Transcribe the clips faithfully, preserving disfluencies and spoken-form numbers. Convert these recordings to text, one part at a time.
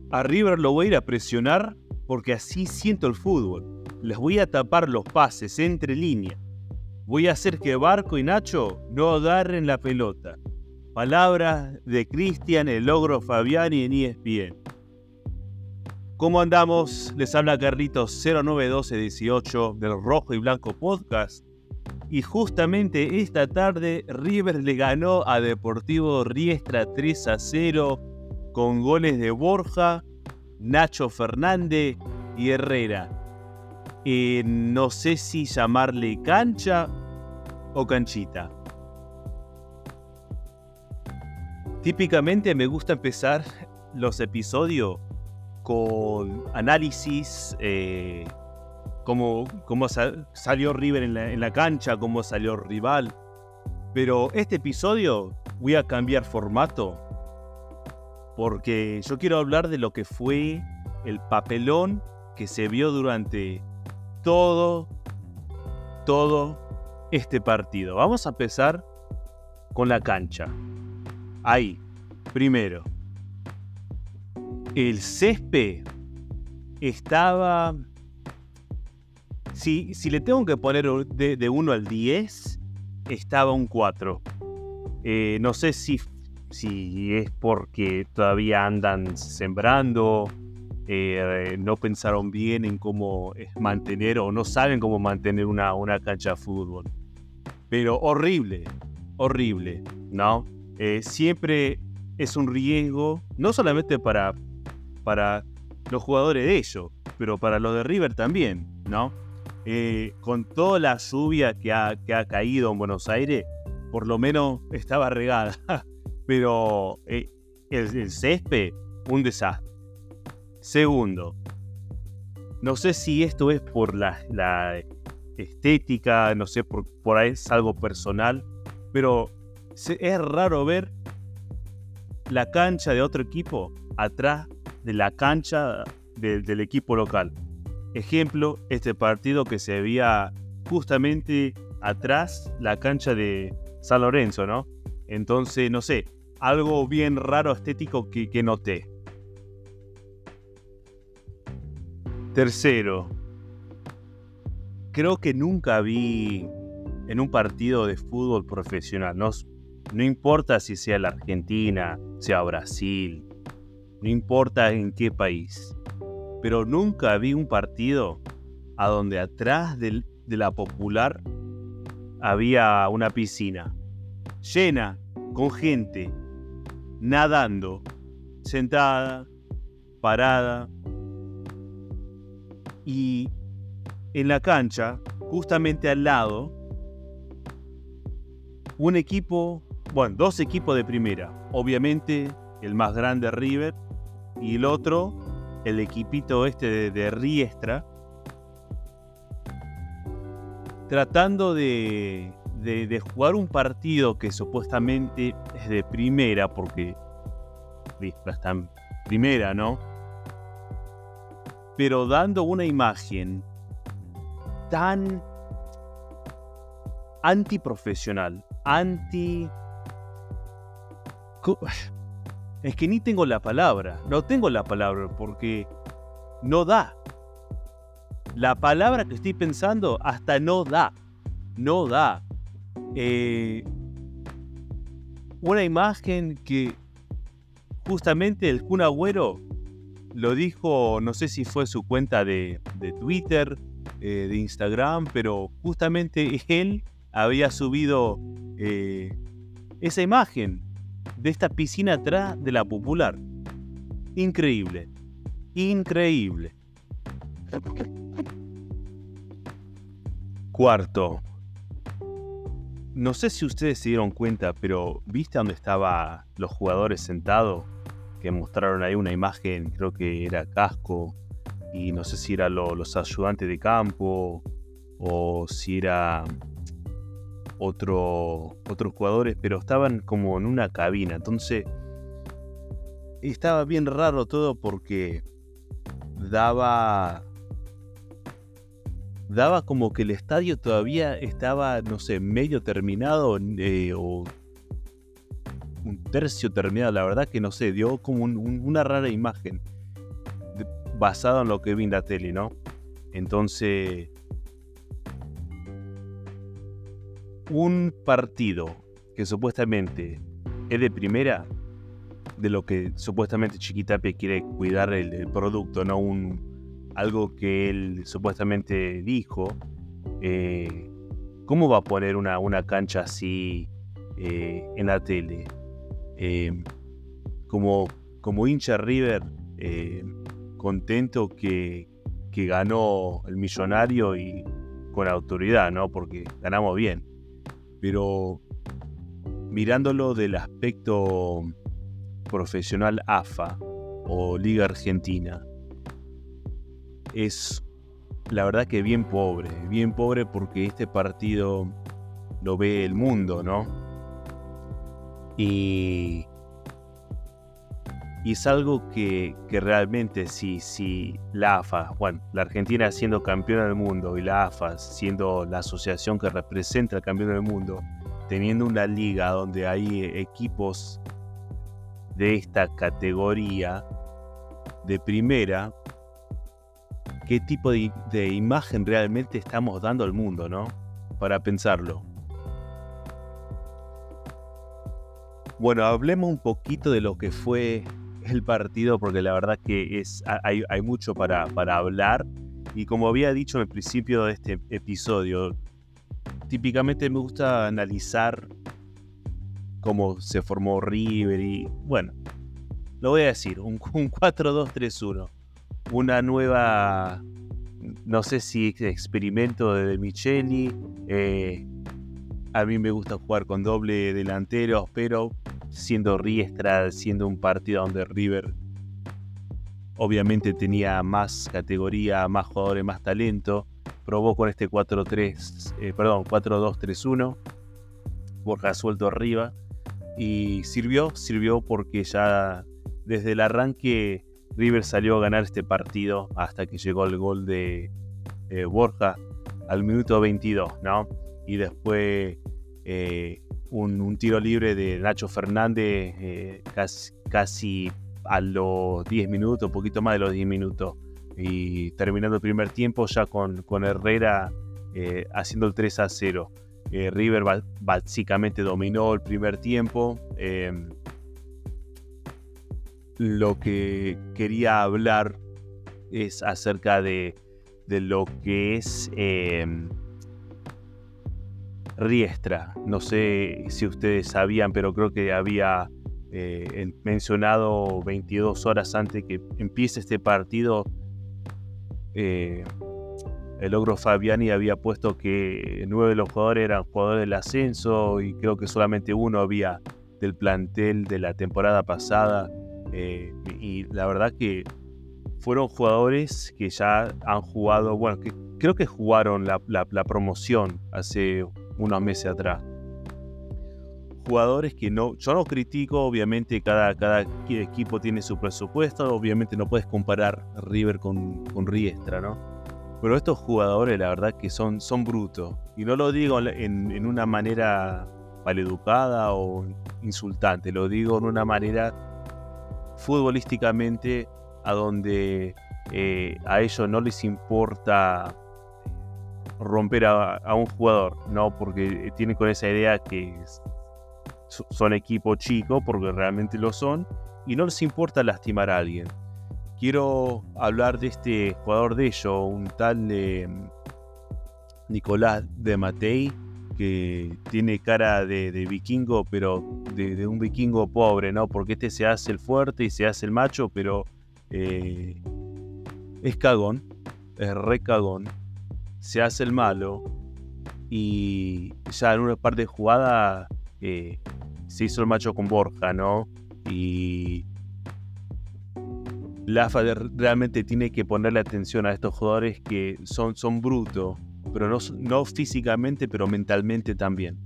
A River lo voy a ir a presionar porque así siento el fútbol. Les voy a tapar los pases entre líneas. Voy a hacer que Barco y Nacho no agarren la pelota. Palabras de Cristian El Ogro Fabiani en E S P N. ¿Cómo andamos? Les habla Carlitos cero nueve uno dos uno ocho del Rojo y Blanco Podcast. Y justamente esta tarde River le ganó a Deportivo Riestra tres a cero con goles de Borja, Nacho Fernández y Herrera. Eh, no sé si llamarle cancha o canchita. Típicamente me gusta empezar los episodios con análisis, eh, cómo, cómo sal, salió River en la, en la cancha, cómo salió el rival. Pero este episodio voy a cambiar formato porque yo quiero hablar de lo que fue el papelón que se vio durante todo, todo este partido. Vamos a empezar con la cancha. Ahí, primero. El césped estaba... Si, si le tengo que poner de, de uno al diez, estaba un cuatro. Eh, no sé si, si es porque todavía andan sembrando, eh, no pensaron bien en cómo mantener o no saben cómo mantener una, una cancha de fútbol. Pero horrible, horrible, ¿no? Eh, siempre es un riesgo, no solamente para, para los jugadores de ellos, pero para los de River también, ¿no? Eh, con toda la lluvia que ha, que ha caído en Buenos Aires, por lo menos estaba regada, pero eh, el, el césped, un desastre. Segundo, no sé si esto es por la, la estética, no sé, por, por ahí es algo personal, pero es raro ver la cancha de otro equipo atrás de la cancha de, del equipo local. Ejemplo, este partido que se veía justamente atrás la cancha de San Lorenzo, ¿no? Entonces, no sé, algo bien raro estético que, que noté. Tercero, creo que nunca vi en un partido de fútbol profesional, ¿no? No importa si sea la Argentina, sea Brasil, no importa en qué país, pero nunca vi un partido a donde atrás de, de la Popular había una piscina llena con gente nadando, sentada, parada, y en la cancha, justamente al lado, un equipo, bueno, dos equipos de primera. Obviamente, el más grande River y el otro, el equipito este de, de Riestra, tratando de, de, de jugar un partido que supuestamente es de primera, porque Riestra está en primera, ¿no? Pero dando una imagen tan antiprofesional, anti... Es que ni tengo la palabra, no tengo la palabra porque no da. La palabra que estoy pensando hasta no da, no da. Eh, una imagen que justamente el Kun Agüero lo dijo, no sé si fue su cuenta de, de Twitter, eh, de Instagram, pero justamente él había subido eh, esa imagen de esta piscina atrás de la Popular. Increíble, increíble. Cuarto, no sé si ustedes se dieron cuenta, pero ¿viste dónde estaban los jugadores sentados? Que mostraron ahí una imagen, creo que era Casco, y no sé si eran lo, los ayudantes de campo, o si era otro, otros jugadores, pero estaban como en una cabina. Entonces, estaba bien raro todo porque daba... Daba como que el estadio todavía estaba, no sé, medio terminado, eh, o un tercio terminado, la verdad que no sé, dio como un, un, una rara imagen. basado en lo que vi en la tele, ¿no? Entonces, un partido que supuestamente es de primera, de lo que supuestamente Chiquitapia quiere cuidar el, el producto, no un algo que él supuestamente dijo. Eh, ¿Cómo va a poner una, una cancha así eh, en la tele? Eh, como, como hincha River, eh, contento que, que ganó el Millonario y con autoridad, ¿no? Porque ganamos bien. Pero mirándolo del aspecto profesional A F A o Liga Argentina, es la verdad que bien pobre, bien pobre porque este partido lo ve el mundo, ¿no? Y, y es algo que, que realmente si, si la A F A, bueno, la Argentina siendo campeona del mundo y la A F A siendo la asociación que representa al campeón del mundo, teniendo una liga donde hay equipos de esta categoría de primera, ¿qué tipo de, de imagen realmente estamos dando al mundo, ¿no? Para pensarlo. Bueno, hablemos un poquito de lo que fue el partido, porque la verdad que es, hay, hay mucho para, para hablar. Y como había dicho en el principio de este episodio, típicamente me gusta analizar cómo se formó River y, bueno, lo voy a decir, un, un cuatro dos tres uno. Una nueva, no sé si experimento de De Micheli. Eh, a mí me gusta jugar con doble delanteros, pero siendo Riestra, siendo un partido donde River obviamente tenía más categoría, más jugadores, más talento, probó con este cuatro tres, eh, perdón, cuatro dos tres uno, Borja suelto arriba, y sirvió, sirvió porque ya desde el arranque River salió a ganar este partido hasta que llegó el gol de eh, Borja al minuto veintidós, ¿no? Y después eh, un, un tiro libre de Nacho Fernández eh, casi, casi a los diez minutos, un poquito más de los diez minutos. Y terminando el primer tiempo ya con, con Herrera eh, haciendo el tres a cero. Eh, River ba- básicamente dominó el primer tiempo. Eh, Lo que quería hablar es acerca de, de lo que es eh, Riestra. No sé si ustedes sabían, pero creo que había eh, mencionado veintidós horas antes que empiece este partido. Eh, el Ogro Fabiani había puesto que nueve de los jugadores eran jugadores del ascenso y creo que solamente uno había del plantel de la temporada pasada. Eh, y la verdad que fueron jugadores que ya han jugado, bueno, que creo que jugaron la, la, la promoción hace unos meses atrás. Jugadores que no, yo no critico, obviamente cada, cada equipo tiene su presupuesto, obviamente no puedes comparar River con, con Riestra, ¿no? Pero estos jugadores la verdad que son, son brutos. Y no lo digo en, en una manera maleducada o insultante, lo digo en una manera futbolísticamente a donde eh, a ellos no les importa romper a, a un jugador, no, porque tienen con esa idea que son equipo chico, porque realmente lo son, y no les importa lastimar a alguien. Quiero hablar de este jugador de ellos, un tal eh, Nicolás de Matei, que tiene cara de, de vikingo, pero de, de un vikingo pobre, ¿no? Porque este se hace el fuerte y se hace el macho, pero eh, es cagón, es re cagón, se hace el malo y ya en una parte de jugada eh, se hizo el macho con Borja, ¿no? Y la A F A realmente tiene que ponerle atención a estos jugadores que son, son brutos, pero no, no físicamente, pero mentalmente también.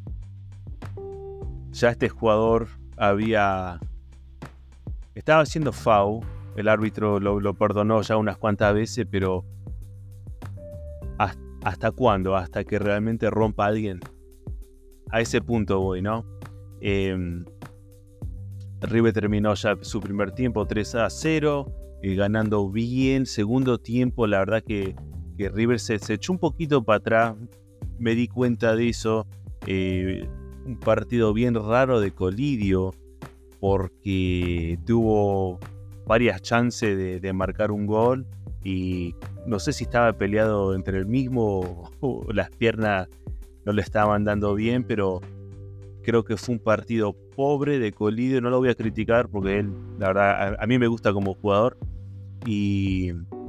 Ya este jugador había... estaba haciendo foul, el árbitro lo, lo perdonó ya unas cuantas veces, pero ¿hasta cuándo? Hasta que realmente rompa a alguien. A ese punto voy, ¿no? Eh, River terminó ya su primer tiempo tres a cero. eh, ganando bien. Segundo tiempo, la verdad que, que River se, se echó un poquito para atrás. Me di cuenta de eso. Eh, un partido bien raro de Colidio, porque tuvo varias chances de, de marcar un gol y no sé si estaba peleado entre el mismo o las piernas no le estaban dando bien, pero creo que fue un partido pobre de Colidio. No lo voy a criticar porque él, la verdad, a, a mí me gusta como jugador, y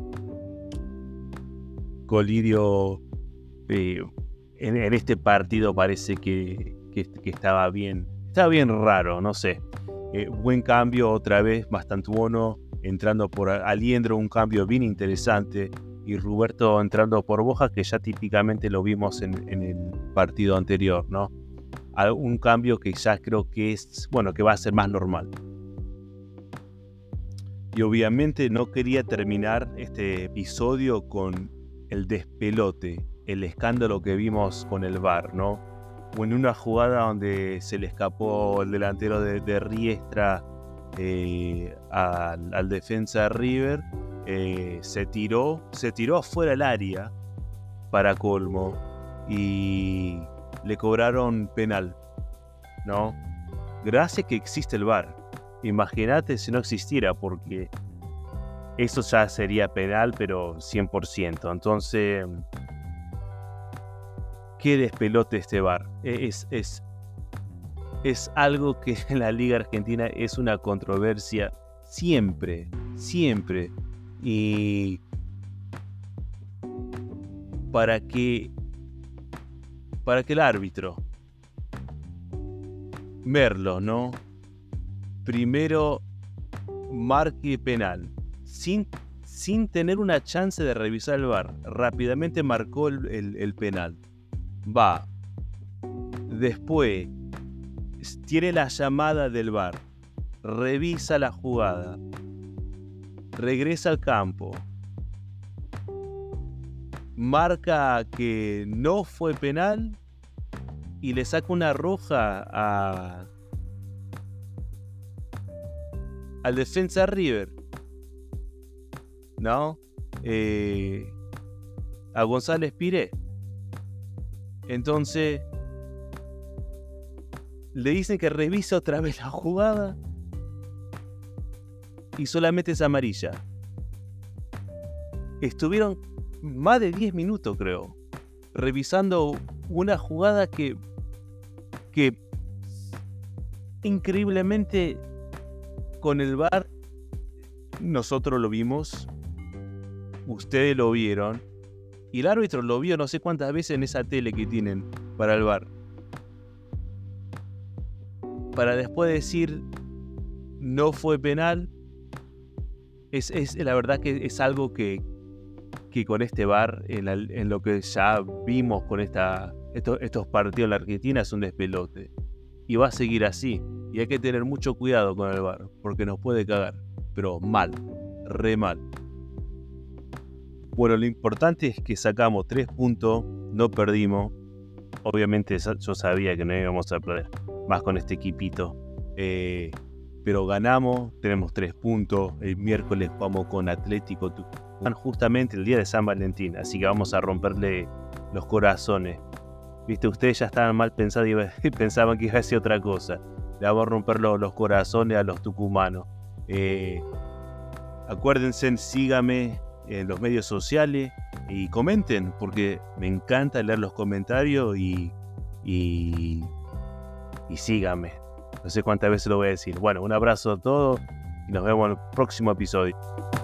Colidio eh, en, en este partido parece que, que, que estaba bien, estaba bien raro, no sé. Eh, buen cambio otra vez, Mastantuono entrando por Aliendro, un cambio bien interesante, y Roberto entrando por Bojas, que ya típicamente lo vimos en, en el partido anterior, ¿no? Un cambio que ya creo que es, bueno, que va a ser más normal. Y obviamente no quería terminar este episodio con el despelote, el escándalo que vimos con el V A R, ¿no? O en una jugada donde se le escapó el delantero de, de Riestra eh, al, al defensa de River, eh, se tiró, se tiró afuera del área para colmo y le cobraron penal, ¿no? Gracias que existe el V A R. Imagínate si no existiera, porque eso ya sería penal, pero cien por ciento. Entonces, qué despelote este V A R. Es, es, es algo que en la Liga Argentina es una controversia siempre, siempre. Y para que, para que el árbitro, Merlo, ¿no? Primero marque penal, sin, sin tener una chance de revisar el V A R, rápidamente marcó el, el, el penal. Va. Después tiene la llamada del V A R, revisa la jugada, regresa al campo, marca que no fue penal y le saca una roja a, al defensa River, ¿no? Eh, a González Piré. Entonces le dicen que revise otra vez la jugada y solamente es amarilla. Estuvieron más de diez minutos, creo, revisando una jugada que, que increíblemente con el V A R nosotros lo vimos, ustedes lo vieron, y el árbitro lo vio no sé cuántas veces en esa tele que tienen para el V A R. Para después decir no fue penal, es, es la verdad que es algo que, que con este V A R, en, la, en lo que ya vimos con esta, estos, estos partidos en la Argentina, es un despelote. Y va a seguir así. Y hay que tener mucho cuidado con el V A R, porque nos puede cagar. Pero mal, re mal. Bueno, lo importante es que sacamos tres puntos, no perdimos. Obviamente yo sabía que no íbamos a perder, más con este equipito. Eh, pero ganamos, tenemos tres puntos. El miércoles jugamos con Atlético Tucumán, justamente el día de San Valentín. Así que vamos a romperle los corazones. Viste, ustedes ya estaban mal pensados y pensaban que iba a ser otra cosa. Le vamos a romper los, los corazones a los tucumanos. Eh, acuérdense, síganme en los medios sociales y comenten, porque me encanta leer los comentarios y, y, y síganme. No sé cuántas veces lo voy a decir. Bueno, un abrazo a todos y nos vemos en el próximo episodio.